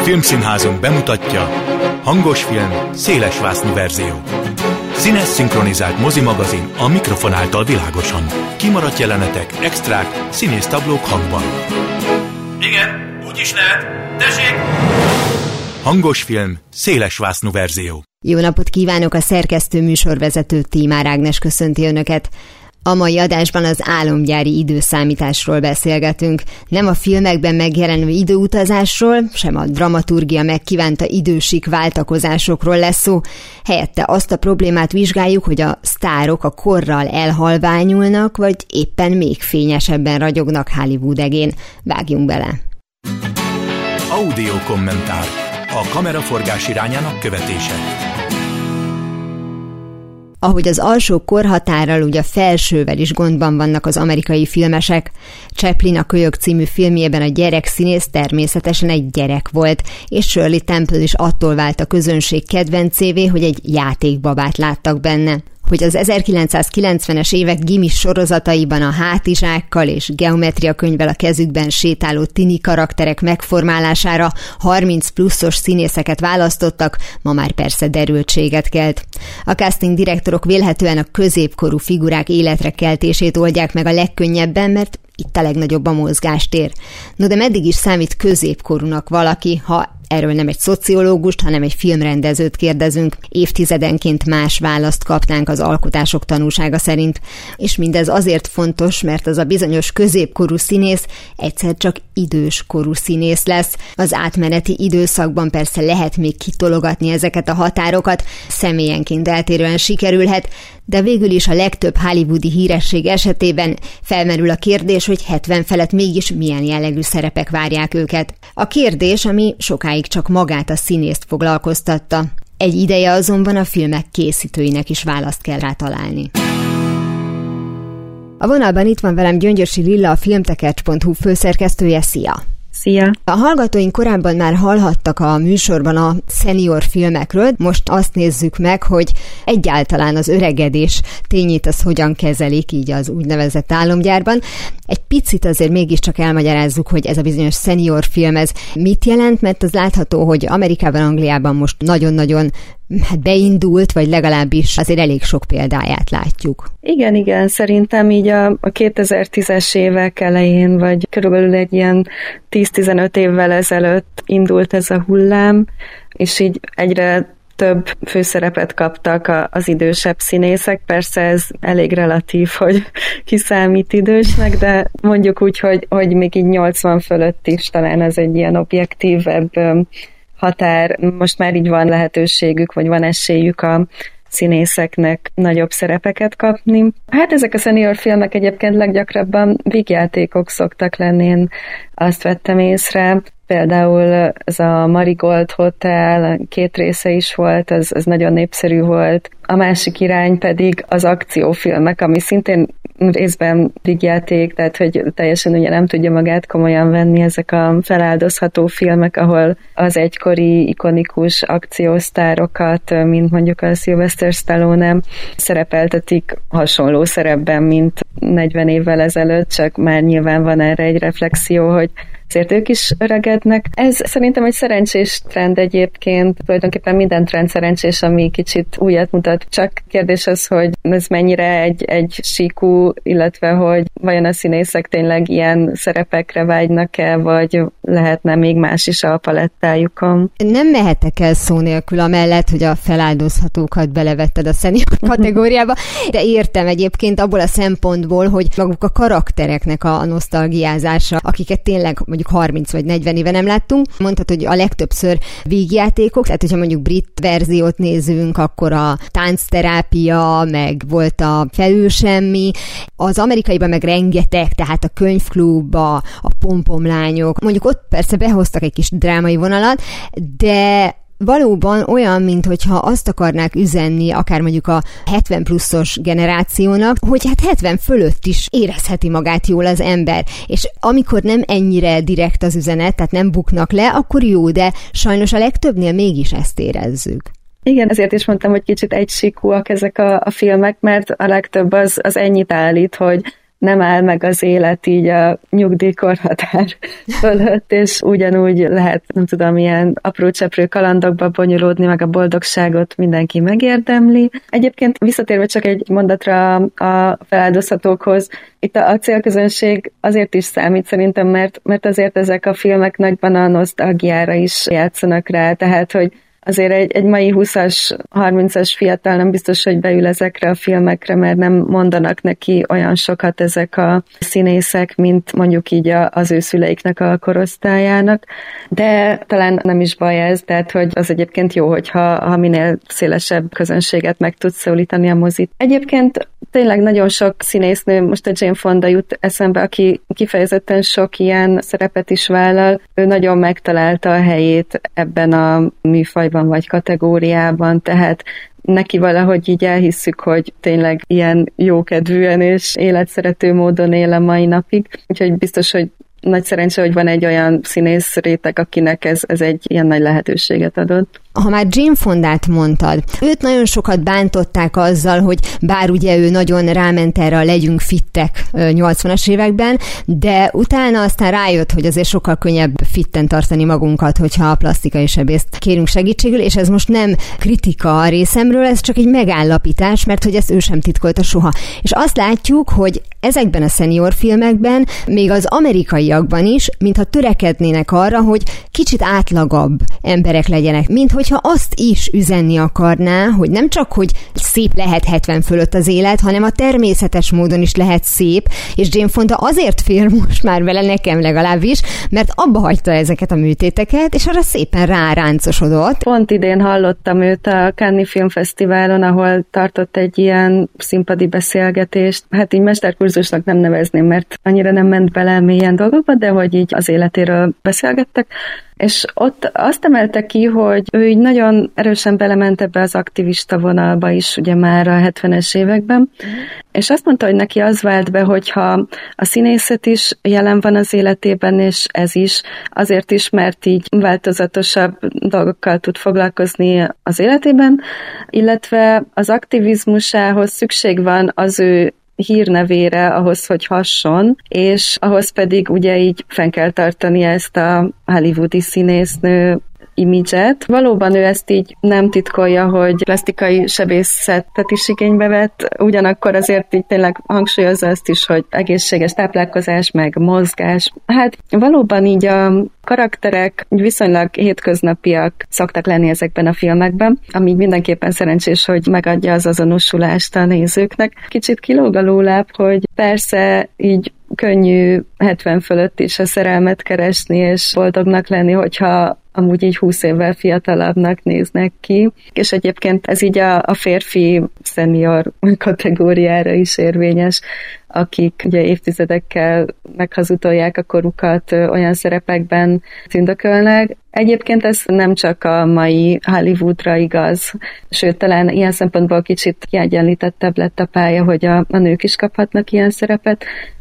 Filmszínházunk bemutatja hangos film, szélesvásznú verzió. Színes szinkronizált mozimagazin a mikrofon által világosan. Kimaradt jelenetek, extrák, színésztablók hangban. Igen, úgy is lehet. Tessék! Hangos film, szélesvásznú verzió. Jó napot kívánok, a szerkesztő műsorvezető Tímár Ágnes köszönti Önöket. A mai adásban az álomgyári időszámításról beszélgetünk. Nem a filmekben megjelenő időutazásról, sem a dramaturgia megkívánta idősik váltakozásokról lesz szó. Helyette azt a problémát vizsgáljuk, hogy a sztárok a korral elhalványulnak, vagy éppen még fényesebben ragyognak Hollywood egén. Vágjunk bele! Audio kommentár. A kameraforgás irányának követése. Ahogy az alsó korhatárral, úgy a felsővel is gondban vannak az amerikai filmesek. Chaplin a Kölyök című filmjében a gyerekszínész természetesen egy gyerek volt, és Shirley Temple is attól vált a közönség kedvencévé, hogy egy játékbabát láttak benne. Hogy az 1990-es évek gimis sorozataiban a hátizsákkal és geometriakönyvvel a kezükben sétáló tini karakterek megformálására 30 pluszos színészeket választottak, ma már persze derültséget kelt. A casting direktorok vélhetően a középkorú figurák életre keltését oldják meg a legkönnyebben, mert itt a legnagyobb a mozgástér. No de meddig is számít középkorúnak valaki, ha erről nem egy szociológust, hanem egy filmrendezőt kérdezünk, évtizedenként más választ kapnánk az alkotások tanúsága szerint. És mindez azért fontos, mert az a bizonyos középkorú színész egyszer csak időskorú színész lesz. Az átmeneti időszakban persze lehet még kitologatni ezeket a határokat, személyenként eltérően sikerülhet, de végül is a legtöbb hollywoodi híresség esetében felmerül a kérdés, hogy 70 felett mégis milyen jellegű szerepek várják őket. A kérdés, ami sokáig csak magát a színészt foglalkoztatta. Egy ideje azonban a filmek készítőinek is választ kell rá találni. A vonalban itt van velem Gyöngyösi Lilla, a filmtekercs.hu főszerkesztője. Szia! Szia! A hallgatóink korábban már hallhattak a műsorban a szenior filmekről, most azt nézzük meg, hogy egyáltalán az öregedés tényét az hogyan kezelik így az úgynevezett álomgyárban. Egy picit azért mégiscsak elmagyarázzuk, hogy ez a bizonyos szenior film, ez mit jelent, mert az látható, hogy Amerikában, Angliában most nagyon-nagyon beindult, vagy legalábbis azért elég sok példáját látjuk. Igen, szerintem így a 2010-es évek elején, vagy körülbelül egy ilyen 10-15 évvel ezelőtt indult ez a hullám, és így egyre több főszerepet kaptak az idősebb színészek. Persze ez elég relatív, hogy ki számít idősnek, de mondjuk úgy, hogy még így 80 fölött is talán ez egy ilyen objektívebb határ. Most már így van lehetőségük, vagy van esélyük a színészeknek nagyobb szerepeket kapni. Hát ezek a senior filmek egyébként leggyakrabban vígjátékok szoktak lenni, én azt vettem észre. Például ez a Marigold Hotel 2 része is volt, az nagyon népszerű volt. A másik irány pedig az akciófilmek, ami szintén részben vígjáték, tehát hogy teljesen ugye nem tudja magát komolyan venni, ezek a feláldozható filmek, ahol az egykori ikonikus akciósztárokat, mint mondjuk a Sylvester Stallone szerepeltetik hasonló szerepben, mint 40 évvel ezelőtt, csak már nyilván van erre egy reflexió, hogy azért ők is öregednek. Ez szerintem egy szerencsés trend egyébként. Tulajdonképpen minden trend szerencsés, ami kicsit újat mutat. Csak kérdés az, hogy ez mennyire egy síkú, illetve hogy vajon a színészek tényleg ilyen szerepekre vágynak-e, vagy lehetne még más is a palettájukon. Nem mehetek el szó nélkül amellett, hogy a feláldozhatókat belevetted a senior kategóriába, de értem egyébként abból a szempontból, hogy maguk a karaktereknek a nosztalgiázása, akiket tényleg mondjuk 30 vagy 40 éve nem láttunk. Mondtad, hogy a legtöbbször vígjátékok, tehát hogyha mondjuk brit verziót nézünk, akkor a táncterápia, meg volt a felülsemmi. Az amerikaiban meg rengeteg, tehát a könyvklub, a pompomlányok. Mondjuk ott persze behoztak egy kis drámai vonalat, de valóban olyan, minthogyha azt akarnák üzenni akár mondjuk a 70 pluszos generációnak, hogy hát 70 fölött is érezheti magát jól az ember. És amikor nem ennyire direkt az üzenet, tehát nem buknak le, akkor jó, de sajnos a legtöbbnél mégis ezt érezzük. Igen, ezért is mondtam, hogy kicsit egysíkúak ezek a filmek, mert a legtöbb az ennyit állít, hogy nem áll meg az élet így a nyugdíjkorhatár fölött, és ugyanúgy lehet, nem tudom, ilyen apró-cseprő kalandokba bonyolódni, meg a boldogságot mindenki megérdemli. Egyébként visszatérve csak egy mondatra a feláldozhatókhoz, itt a célközönség azért is számít szerintem, mert azért ezek a filmek nagyban a nosztalgiára is játszanak rá, tehát hogy azért egy mai 20-as, 30-as fiatal nem biztos, hogy beül ezekre a filmekre, mert nem mondanak neki olyan sokat ezek a színészek, mint mondjuk így az ő szüleiknek a korosztályának, de talán nem is baj ez, tehát hogy az egyébként jó, hogyha minél szélesebb közönséget meg tudsz szólítani a mozit. Egyébként tényleg nagyon sok színésznő, most a Jane Fonda jut eszembe, aki kifejezetten sok ilyen szerepet is vállal, ő nagyon megtalálta a helyét ebben a műfajban vagy kategóriában, tehát neki valahogy így elhisszük, hogy tényleg ilyen jókedvűen és életszerető módon él a mai napig, úgyhogy biztos, hogy nagy szerencse, hogy van egy olyan színész réteg, akinek ez egy ilyen nagy lehetőséget adott. Ha már Jane Fondát mondtad, őt nagyon sokat bántották azzal, hogy bár ugye ő nagyon ráment erre a legyünk fittek 80-as években, de utána aztán rájött, hogy azért sokkal könnyebb fitten tartani magunkat, hogyha a plastikai sebészt kérünk segítségül, és ez most nem kritika a részemről, ez csak egy megállapítás, mert hogy ezt ő sem titkolta soha. És azt látjuk, hogy ezekben a senior filmekben, még az amerikaiakban is, mintha törekednének arra, hogy kicsit átlagabb emberek legyenek, mint hogyha azt is üzenni akarná, hogy nem csak, hogy szép lehet 70 fölött az élet, hanem a természetes módon is lehet szép, és Jane Fonda azért fér most már vele, nekem legalábbis, mert abba hagyta ezeket a műtéteket, és arra szépen ráráncosodott. Pont idén hallottam őt a Cannes Filmfesztiválon, ahol tartott egy ilyen színpadi beszélgetést. Hát így mesterkurzusnak nem nevezném, mert annyira nem ment bele mélyen dolgokba, de hogy így az életéről beszélgettek. És ott azt emelte ki, hogy ő így nagyon erősen belement ebbe az aktivista vonalba is, ugye már a 70-es években, és azt mondta, hogy neki az vált be, hogyha a színészet is jelen van az életében, és ez is, azért is, mert így változatosabb dolgokkal tud foglalkozni az életében, illetve az aktivizmusához szükség van az ő hírnevére, ahhoz, hogy hasson, és ahhoz pedig ugye így fenn kell tartani ezt a hollywoodi színésznő imidzset. Valóban ő ezt így nem titkolja, hogy plastikai sebészetet is igénybe vett, ugyanakkor azért így tényleg hangsúlyozza azt is, hogy egészséges táplálkozás, meg mozgás. Hát valóban így a karakterek viszonylag hétköznapiak szoktak lenni ezekben a filmekben, ami mindenképpen szerencsés, hogy megadja az azonosulást a nézőknek. Kicsit kilóg a lóláp, hogy persze így könnyű 70 fölött is a szerelmet keresni, és boldognak lenni, hogyha amúgy így 20 évvel fiatalabbnak néznek ki. És egyébként ez így a férfi senior kategóriára is érvényes, akik ugye évtizedekkel meghazudolják a korukat, olyan szerepekben tündökölnek. Egyébként ez nem csak a mai Hollywoodra igaz, sőt, talán ilyen szempontból kicsit kiegyenlítettebb lett a pálya, hogy a nők is kaphatnak ilyen szerepet,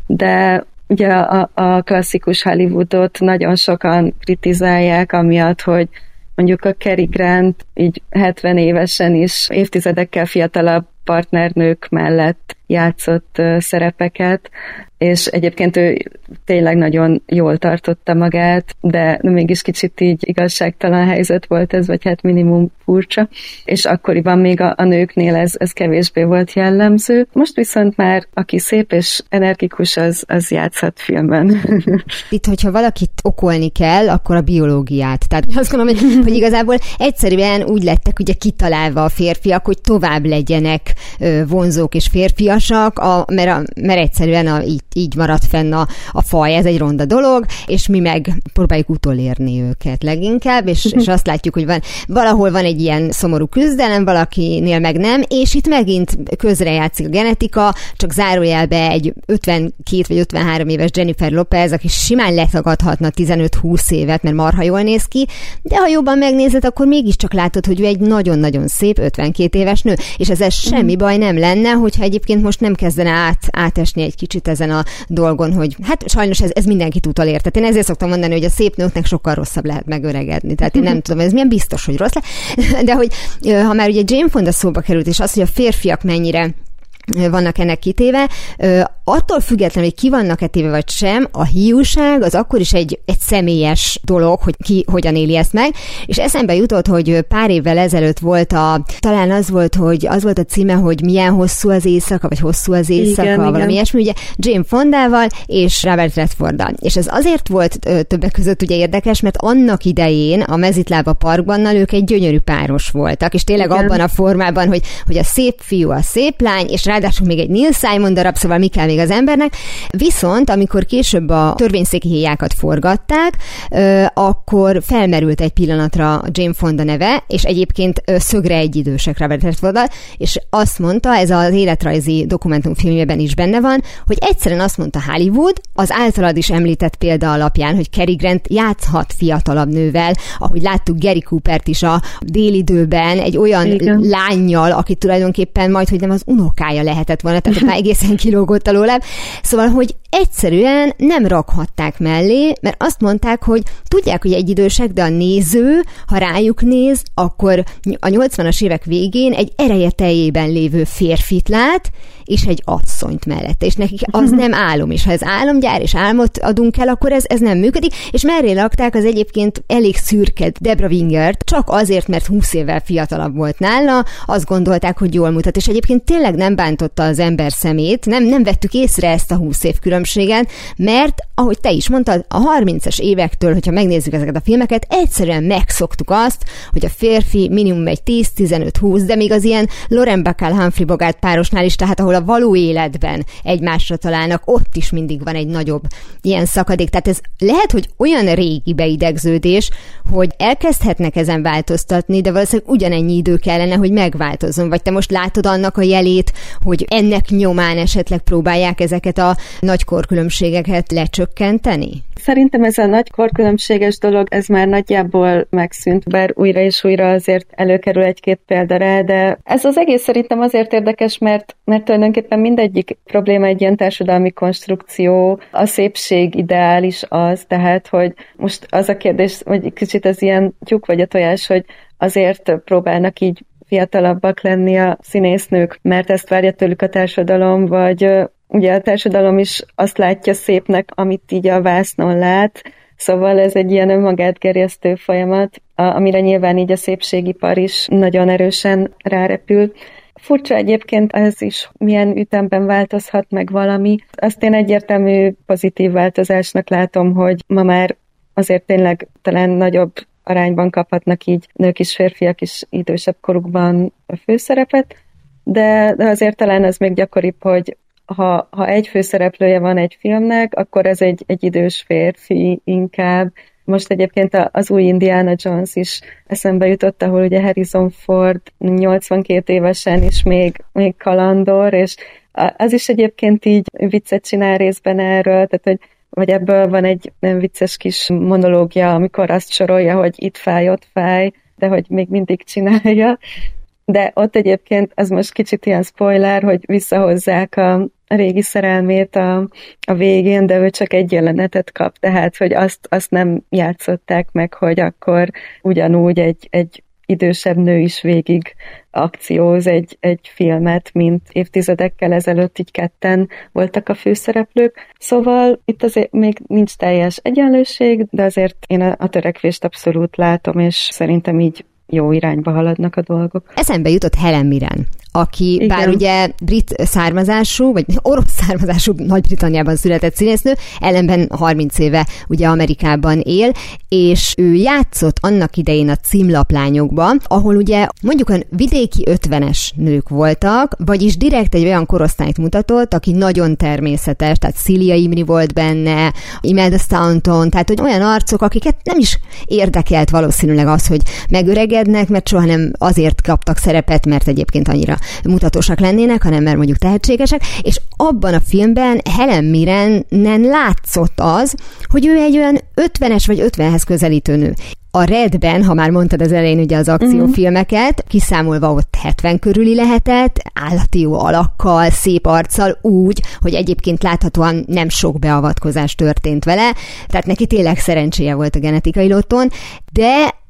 de ugye a klasszikus Hollywoodot nagyon sokan kritizálják, amiatt, hogy mondjuk a Cary Grant így 70 évesen is évtizedekkel fiatalabb partnernők mellett játszott szerepeket, és egyébként ő tényleg nagyon jól tartotta magát, de mégis kicsit így igazságtalan helyzet volt ez, vagy hát minimum furcsa, és akkoriban még a nőknél ez kevésbé volt jellemző. Most viszont már aki szép és energikus, az játszhat filmben. Itt, hogyha valakit okolni kell, akkor a biológiát. Tehát azt gondolom, hogy igazából egyszerűen úgy lettek ugye kitalálva a férfiak, hogy tovább legyenek vonzók és férfiasak, mert egyszerűen így maradt fenn a faj, ez egy ronda dolog, és mi meg próbáljuk utolérni őket leginkább, és azt látjuk, hogy valahol van egy ilyen szomorú küzdelem, valakinél meg nem, és itt megint közrejátszik a genetika, csak zárójelbe egy 52 vagy 53 éves Jennifer Lopez, aki simán letagadhatna 15-20 évet, mert marha jól néz ki, de ha jobban megnézed, akkor mégiscsak látod, hogy ő egy nagyon-nagyon szép 52 éves nő, és ez semmi baj nem lenne, hogyha egyébként most nem kezdene átesni egy kicsit ezen a dolgon, hogy hát sajnos ez mindenkit utolér. Tehát én ezért szoktam mondani, hogy a szép nőknek sokkal rosszabb lehet megöregedni. Tehát én nem tudom, ez milyen biztos, hogy rossz, de hogy ha már ugye Jane Fonda szóba került, és az, hogy a férfiak mennyire vannak ennek kitéve. Attól függetlenül, hogy ki vannak-e téve vagy sem, a hiúság az akkor is egy személyes dolog, hogy ki hogyan éli ezt meg, és eszembe jutott, hogy pár évvel ezelőtt volt talán az volt a címe, hogy milyen hosszú az éjszaka, vagy hosszú az éjszaka, igen, valami ilyesmi, ugye Jane Fondával és Robert Redforddal. És ez azért volt többek között ugye érdekes, mert annak idején a Mezitlába Parkban ők egy gyönyörű páros voltak, és tényleg igen. Abban a formában, hogy a szép fiú, a szép lány, és ráadásul még egy Neil Simon darab, szóval mi kell még az embernek. Viszont, amikor később a törvényszéki héjákat forgatták, akkor felmerült egy pillanatra Jane Fonda neve, és egyébként szögre egyidősek Robert Redforddal, és azt mondta, ez az életrajzi dokumentumfilmjében is benne van, hogy egyszerűen azt mondta Hollywood, az általad is említett példa alapján, hogy Cary Grant játszhat fiatalabb nővel, ahogy láttuk Gary Coopert is a Délidőben, egy olyan igen. lánnyal, aki tulajdonképpen majd, hogy nem az unokája lehetett volna, tehát már egészen kilógott alólább. Szóval, hogy egyszerűen nem rakhatták mellé, mert azt mondták, hogy tudják, hogy egyidősek, de a néző, ha rájuk néz, akkor a 80-as évek végén egy ereje teljében lévő férfit lát, és egy asszonyt mellette, és nekik az nem álom, és ha ez álomgyár, és álmot adunk el, akkor ez nem működik, és mellé lakták az egyébként elég szürke Debra Wingert, csak azért, mert 20 évvel fiatalabb volt nála, azt gondolták, hogy jól mutat, és egyébként tényleg nem bántotta az ember szemét, nem vettük észre ezt a 20 év különbséget, mert, ahogy te is mondtad, a 30-es évektől, hogyha megnézzük ezeket a filmeket, egyszerűen megszoktuk azt, hogy a férfi minimum egy 10-15-20, de még az ilyen Lauren Bacall Humphrey Bogart párosnál is, tehát ahol a való életben egymásra találnak, ott is mindig van egy nagyobb ilyen szakadék. Tehát ez lehet, hogy olyan régi beidegződés, hogy elkezdhetnek ezen változtatni, de valószínűleg ugyanennyi idő kellene, hogy megváltozzon. Vagy te most látod annak a jelét, hogy ennek nyomán esetleg próbálják ezeket a nagy korkülönbségeket lecsökkenteni? Szerintem ez a nagy korkülönbséges dolog, ez már nagyjából megszűnt, bár újra és újra azért előkerül egy-két példa rá, de ez az egész szerintem azért érdekes, mert tulajdonképpen mindegyik probléma egy ilyen társadalmi konstrukció, a szépség ideális az, tehát, hogy most az a kérdés, hogy kicsit ez ilyen tyúk vagy a tojás, hogy azért próbálnak így fiatalabbak lenni a színésznők, mert ezt várja tőlük a társadalom, vagy ugye a társadalom is azt látja szépnek, amit így a vásznon lát, szóval ez egy ilyen önmagát gerjesztő folyamat, amire nyilván így a szépségipar is nagyon erősen rárepül. Furcsa egyébként ez is, milyen ütemben változhat meg valami. Azt én egyértelmű pozitív változásnak látom, hogy ma már azért tényleg talán nagyobb arányban kaphatnak így nők is, férfiak is idősebb korukban a főszerepet, de azért talán az még gyakoribb, hogy ha egy főszereplője van egy filmnek, akkor ez egy idős férfi inkább. Most egyébként az új Indiana Jones is eszembe jutott, ahol ugye Harrison Ford 82 évesen is még kalandor, és az is egyébként így viccet csinál részben erről, tehát vagy ebből van egy nem vicces kis monológia, amikor azt sorolja, hogy itt fáj, ott fáj, de hogy még mindig csinálja. De ott egyébként, ez most kicsit ilyen spoiler, hogy visszahozzák a régi szerelmét a végén, de ő csak egy jelenetet kap, tehát, hogy azt nem játszották meg, hogy akkor ugyanúgy egy idősebb nő is végig akcióz egy filmet, mint évtizedekkel ezelőtt így ketten voltak a főszereplők. Szóval itt azért még nincs teljes egyenlőség, de azért én a törekvést abszolút látom, és szerintem így jó irányba haladnak a dolgok. Eszembe jutott Helen Mirren, aki igen. Bár ugye brit származású, vagy orosz származású, Nagy-Britanniában született színésznő, ellenben 30 éve ugye Amerikában él, és ő játszott annak idején a Címlaplányokban, ahol ugye mondjuk olyan vidéki 50-es nők voltak, vagyis direkt egy olyan korosztályt mutatott, aki nagyon természetes, tehát Celia Imrie volt benne, Imelda Staunton, tehát hogy olyan arcok, akiket nem is érdekelt valószínűleg az, hogy megöregednek, mert soha nem azért kaptak szerepet, mert egyébként annyira mutatósak lennének, hanem mert mondjuk tehetségesek, és abban a filmben Helen Mirrenen látszott az, hogy ő egy olyan 50-es vagy 50-hez közelítő nő. A Redben, ha már mondtad az elején ugye az akciófilmeket, kiszámolva ott 70 körüli lehetett, állati jó alakkal, szép arccal, úgy, hogy egyébként láthatóan nem sok beavatkozás történt vele, tehát neki tényleg szerencséje volt a genetikai lotton, de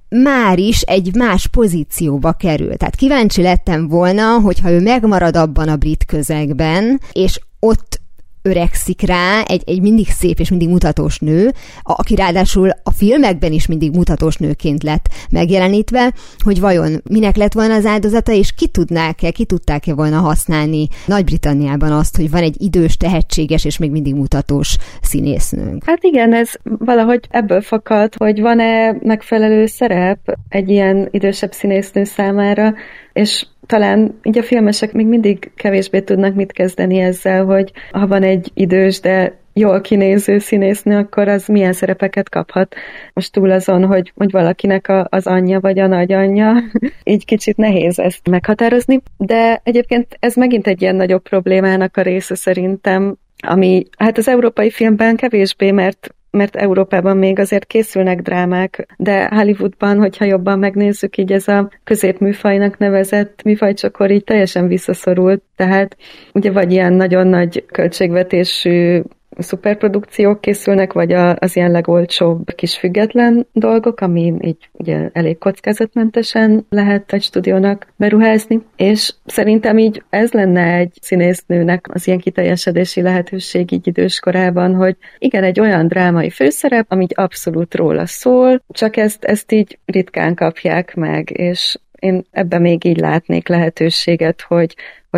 már is egy más pozícióba kerül. Tehát kíváncsi lettem volna, hogyha ő megmarad abban a brit közegben, és ott öregszik rá egy mindig szép és mindig mutatós nő, aki ráadásul a filmekben is mindig mutatós nőként lett megjelenítve, hogy vajon minek lett volna az áldozata, és ki tudták-e volna használni Nagy-Britanniában azt, hogy van egy idős, tehetséges és még mindig mutatós színésznőnk. Hát igen, ez valahogy ebből fakad, hogy van-e megfelelő szerep egy ilyen idősebb színésznő számára, és talán így a filmesek még mindig kevésbé tudnak mit kezdeni ezzel, hogy ha van egy idős, de jól kinéző színésznő, akkor az milyen szerepeket kaphat. Most túl azon, hogy valakinek az anyja vagy a nagyanyja, így kicsit nehéz ezt meghatározni, de egyébként ez megint egy ilyen nagyobb problémának a része szerintem, ami hát az európai filmben kevésbé, mert Európában még azért készülnek drámák, de Hollywoodban, hogyha jobban megnézzük, így ez a középműfajnak nevezett műfajcsokor így teljesen visszaszorult, tehát ugye vagy ilyen nagyon nagy költségvetésű szuperprodukciók készülnek, vagy az ilyen legolcsóbb kis független dolgok, ami így ugye elég kockázatmentesen lehet egy stúdiónak beruházni, és szerintem így ez lenne egy színésznőnek az ilyen kiteljesedési lehetőség így időskorában, hogy igen, egy olyan drámai főszerep, ami így abszolút róla szól, csak ezt így ritkán kapják meg, és én ebben még így látnék lehetőséget, hogy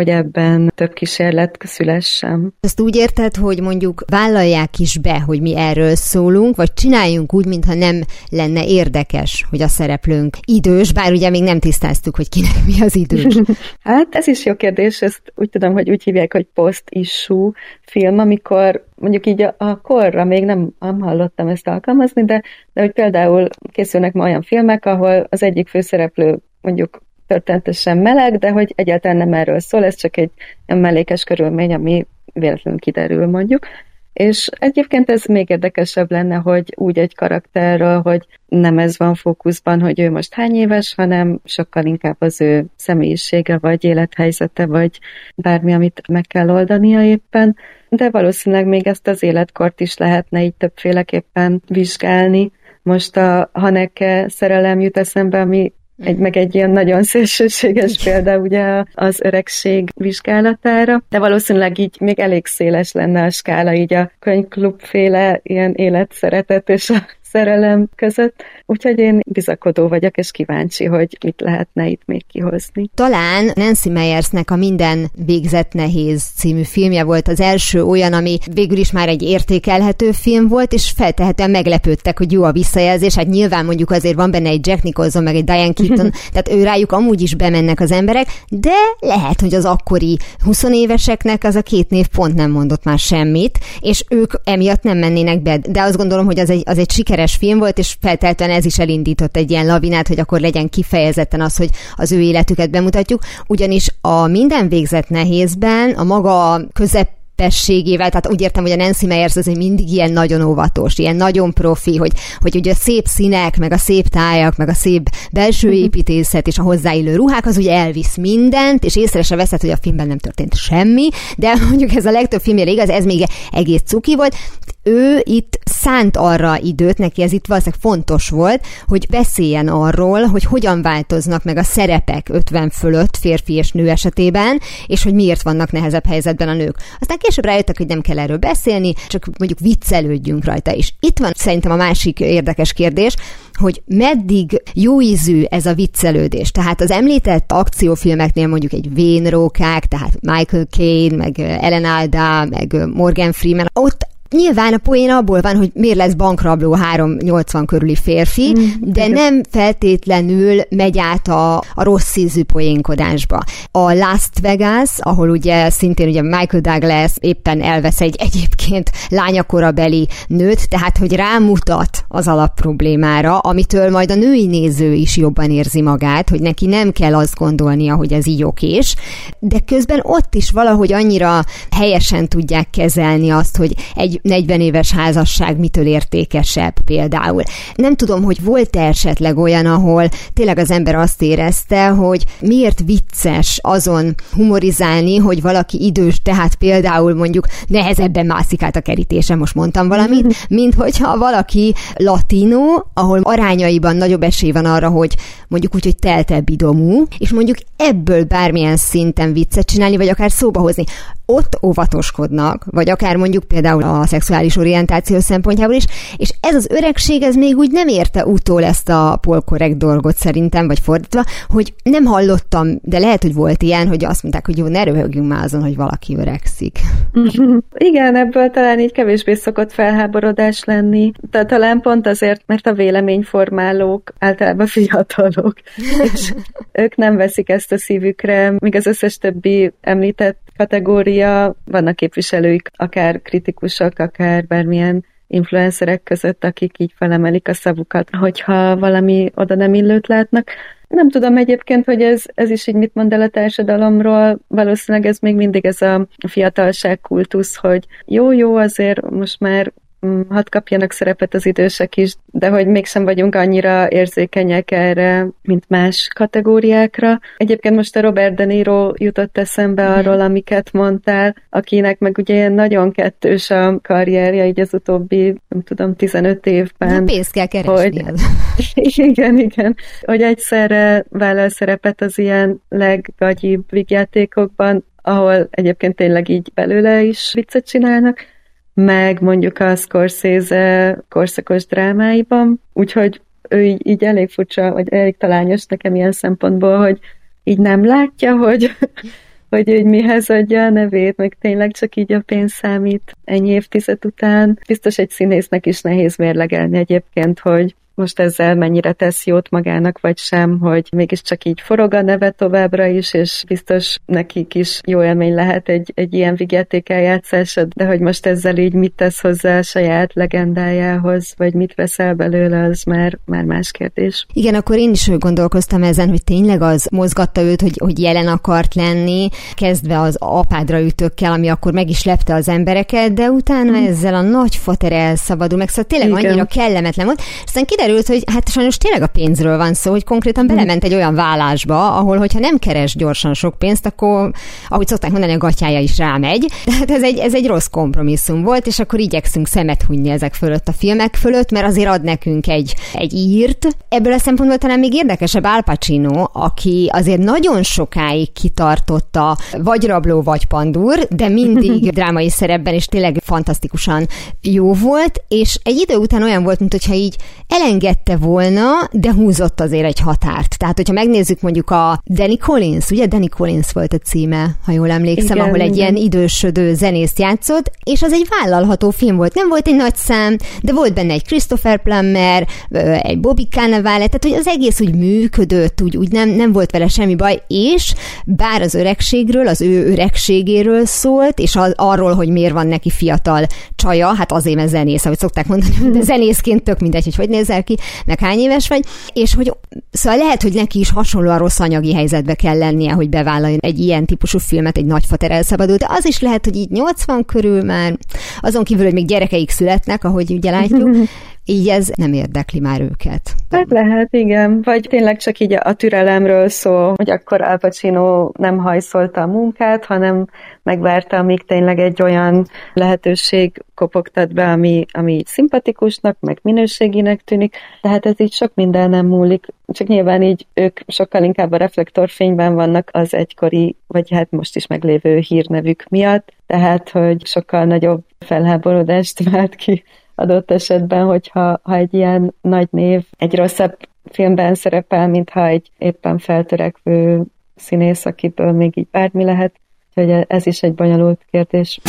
ebben több kísérlet szülessen. Ezt úgy érted, hogy mondjuk vállalják is be, hogy mi erről szólunk, vagy csináljunk úgy, mintha nem lenne érdekes, hogy a szereplőnk idős, bár ugye még nem tisztáztuk, hogy kinek mi az idős. Hát ez is jó kérdés, ezt úgy tudom, hogy úgy hívják, hogy post-issue film, amikor mondjuk így a korra még nem hallottam ezt alkalmazni, de hogy például készülnek ma olyan filmek, ahol az egyik főszereplő mondjuk történetesen meleg, de hogy egyáltalán nem erről szól, ez csak egy mellékes körülmény, ami véletlenül kiderül mondjuk. És egyébként ez még érdekesebb lenne, hogy úgy egy karakterről, hogy nem ez van fókuszban, hogy ő most hány éves, hanem sokkal inkább az ő személyisége, vagy élethelyzete, vagy bármi, amit meg kell oldania éppen. De valószínűleg még ezt az életkort is lehetne így többféleképpen vizsgálni. Most a Haneke szerelem jut eszembe, ami egy ilyen nagyon szélsőséges példa ugye az öregség vizsgálatára, de valószínűleg így még elég széles lenne a skála így a könyvklubféle ilyen életszeretet és a szerelem között. Úgyhogy én bizakodó vagyok, és kíváncsi, hogy mit lehetne itt még kihozni. Talán Nancy Meyersnek a Minden végzett nehéz című filmje volt az első olyan, ami végül is már egy értékelhető film volt, és feltehetően meglepődtek, hogy jó a visszajelzés. Hát nyilván mondjuk azért van benne egy Jack Nicholson, meg egy Diane Keaton, tehát ő rájuk amúgy is bemennek az emberek, de lehet, hogy az akkori 20 éveseknek az a 2 név pont nem mondott már semmit, és ők emiatt nem mennének be. De azt gondolom, hogy az egy sikeres film volt, és feltétlenül ez is elindított egy ilyen lavinát, hogy akkor legyen kifejezetten az, hogy az ő életüket bemutatjuk, ugyanis a Minden végzett nehézben a maga közepességével, tehát úgy értem, hogy a Nancy Meyers az mindig ilyen nagyon óvatos, ilyen nagyon profi, hogy ugye a szép színek, meg a szép tájak, meg a szép belső építészet és a hozzáillő ruhák, az ugye elvisz mindent, és észre se veszed, hogy a filmben nem történt semmi, de mondjuk ez a legtöbb filmjére igaz, ez még egész cuki volt. Ő itt szánt arra időt, neki ez itt valószínűleg fontos volt, hogy beszéljen arról, hogy hogyan változnak meg a szerepek 50 fölött férfi és nő esetében, és hogy miért vannak nehezebb helyzetben a nők. Aztán később rájöttek, hogy nem kell erről beszélni, csak mondjuk viccelődjünk rajta is. Itt van szerintem a másik érdekes kérdés, hogy meddig jó ízű ez a viccelődés. Tehát az említett akciófilmeknél mondjuk egy Wayne Rókák, tehát Michael Caine, meg Ellen Alda, meg Morgan Freeman, ott nyilván a poén abból van, hogy miért lesz bankrabló 380 körüli férfi, de nem feltétlenül megy át a rossz ízű poénkodásba. A Las Vegas, ahol ugye szintén ugye Michael Douglas éppen elvesz egy egyébként lányakorabeli nőt, tehát hogy rámutat az alapproblémára, amitől majd a női néző is jobban érzi magát, hogy neki nem kell azt gondolnia, hogy ez így okés, de közben ott is valahogy annyira helyesen tudják kezelni azt, hogy egy egy 40 éves házasság mitől értékesebb például. Nem tudom, hogy volt-e esetleg olyan, ahol tényleg az ember azt érezte, hogy miért vicces azon humorizálni, hogy valaki idős, tehát például mondjuk nehezebben mászik át a kerítésen, most mondtam valamit, mint hogyha valaki latino, ahol arányaiban nagyobb esély van arra, hogy mondjuk úgy, hogy teltebb idomú, és mondjuk ebből bármilyen szinten viccet csinálni, vagy akár szóba hozni. Ott óvatoskodnak, vagy akár mondjuk például a szexuális orientáció szempontjából is, és ez az öregség, ez még úgy nem érte utól ezt a polkorrekt dolgot szerintem, vagy fordítva, hogy nem hallottam, de lehet, hogy volt ilyen, hogy azt mondták, hogy jó, ne röhögjünk már azon, hogy valaki öregszik. Igen, ebből talán így kevésbé szokott felháborodás lenni. Tehát talán pont azért, mert a véleményformálók általában fiatalok, és ők nem veszik ezt a szívükre, míg az összes többi említett kategória, vannak képviselőik, akár kritikusok, akár bármilyen influencerek között, akik így felemelik a szavukat, hogyha valami oda nem illőt látnak. Nem tudom egyébként, hogy ez is így mit mond el a társadalomról, valószínűleg ez még mindig ez a fiatalság kultusz, hogy jó, azért most már hadd kapjanak szerepet az idősek is, de hogy mégsem vagyunk annyira érzékenyek erre, mint más kategóriákra. Egyébként most a Robert De Niro jutott eszembe arról, amiket mondtál, akinek meg ugye nagyon kettős a karrierje, így az utóbbi, nem tudom, 15 évben. Na, pénzt kell keresni. Igen. Hogy egyszerre vállal szerepet az ilyen leggagyibb vígjátékokban, ahol egyébként tényleg így belőle is viccet csinálnak, meg mondjuk a Scorsese korszakos drámáiban, úgyhogy ő így elég furcsa, vagy elég talányos nekem ilyen szempontból, hogy így nem látja, hogy így mihez adja a nevét, meg tényleg csak így a pénz számít ennyi évtized után. Biztos egy színésznek is nehéz mérlegelni egyébként, hogy most ezzel mennyire tesz jót magának, vagy sem, hogy mégiscsak így forog a neve továbbra is, és biztos nekik is jó élmény lehet egy ilyen vígjáték eljátszása, de hogy most ezzel így mit tesz hozzá a saját legendájához, vagy mit veszel belőle, az már más kérdés. Igen, akkor én is gondolkoztam ezen, hogy tényleg az mozgatta őt, hogy jelen akart lenni, kezdve az apádra ütőkkel, ami akkor meg is lepte az embereket, de utána ezzel a nagy fater elszabadul, meg szóval tényleg annyira kellemetlen volt. Aztán kiderült, hogy hát sajnos tényleg a pénzről van szó, hogy konkrétan belement egy olyan vállásba, ahol hogyha nem keres gyorsan sok pénzt, akkor, ahogy szokták mondani, a gatyája is rámegy. Tehát ez egy rossz kompromisszum volt, és akkor igyekszünk szemet hunyni ezek fölött a filmek fölött, mert azért ad nekünk egy írt. Ebből a szempontból talán még érdekesebb Al Pacino, aki azért nagyon sokáig kitartotta vagy rabló, vagy pandúr, de mindig drámai szerepben, és tényleg fantasztikusan jó volt, és egy idő után olyan volt, mintha így elengedte volna, de húzott azért egy határt. Tehát, hogyha megnézzük mondjuk a Danny Collins, ugye Danny Collins volt a címe, ha jól emlékszem, igen, ahol egy ilyen idősödő zenészt játszott, és az egy vállalható film volt. Nem volt egy nagy szám, de volt benne egy Christopher Plummer, egy Bobby Cannavale, tehát hogy az egész úgy működött, úgy nem volt vele semmi baj, és bár az öregségről, az ő öregségéről szólt, és arról, hogy miért van neki fiatal csaja, hát azért, mert zenész, ahogy szokták mondani, de zenészként tök mindegy, hogy nézel ki, meg hány éves vagy, és hogy szóval lehet, hogy neki is hasonlóan rossz anyagi helyzetbe kell lennie, hogy bevállaljon egy ilyen típusú filmet, egy nagy fater elszabadul, de az is lehet, hogy így 80 körül már, azon kívül, hogy még gyerekeik születnek, ahogy ugye látjuk, így ez nem érdekli már őket. Hát lehet, igen. Vagy tényleg csak így a türelemről szól, hogy akkor Al Pacino nem hajszolta a munkát, hanem megvárta, amíg tényleg egy olyan lehetőség kopogtat be, ami így szimpatikusnak, meg minőséginek tűnik. Tehát ez így sok minden nem múlik. Csak nyilván így ők sokkal inkább a reflektorfényben vannak az egykori, vagy hát most is meglévő hírnevük miatt. Tehát, hogy sokkal nagyobb felháborodást vált ki adott esetben, hogyha egy ilyen nagy név egy rosszabb filmben szerepel, mintha egy éppen feltörekvő színész, akiből még így bármi lehet. Úgyhogy ez is egy bonyolult kérdés.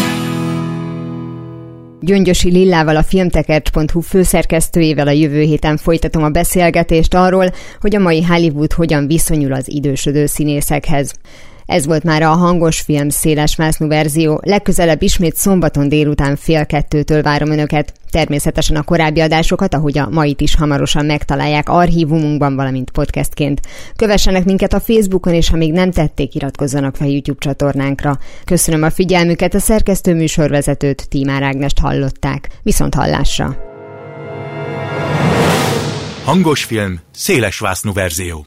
Gyöngyösi Lillával, a filmtekercs.hu főszerkesztőjével a jövő héten folytatom a beszélgetést arról, hogy a mai Hollywood hogyan viszonyul az idősödő színészekhez. Ez volt már a Hangos Film szélesvásznú verzió. Legközelebb ismét szombaton délután 1:30-től várom önöket. Természetesen a korábbi adásokat, ahogy a mait is hamarosan megtalálják archívumunkban, valamint podcastként. Kövessenek minket a Facebookon, és ha még nem tették, iratkozzanak fel YouTube csatornánkra. Köszönöm a figyelmüket, a szerkesztő műsorvezetőt, Tímár Ágnest hallották. Viszont hallásra! Hangos Film szélesvásznú verzió.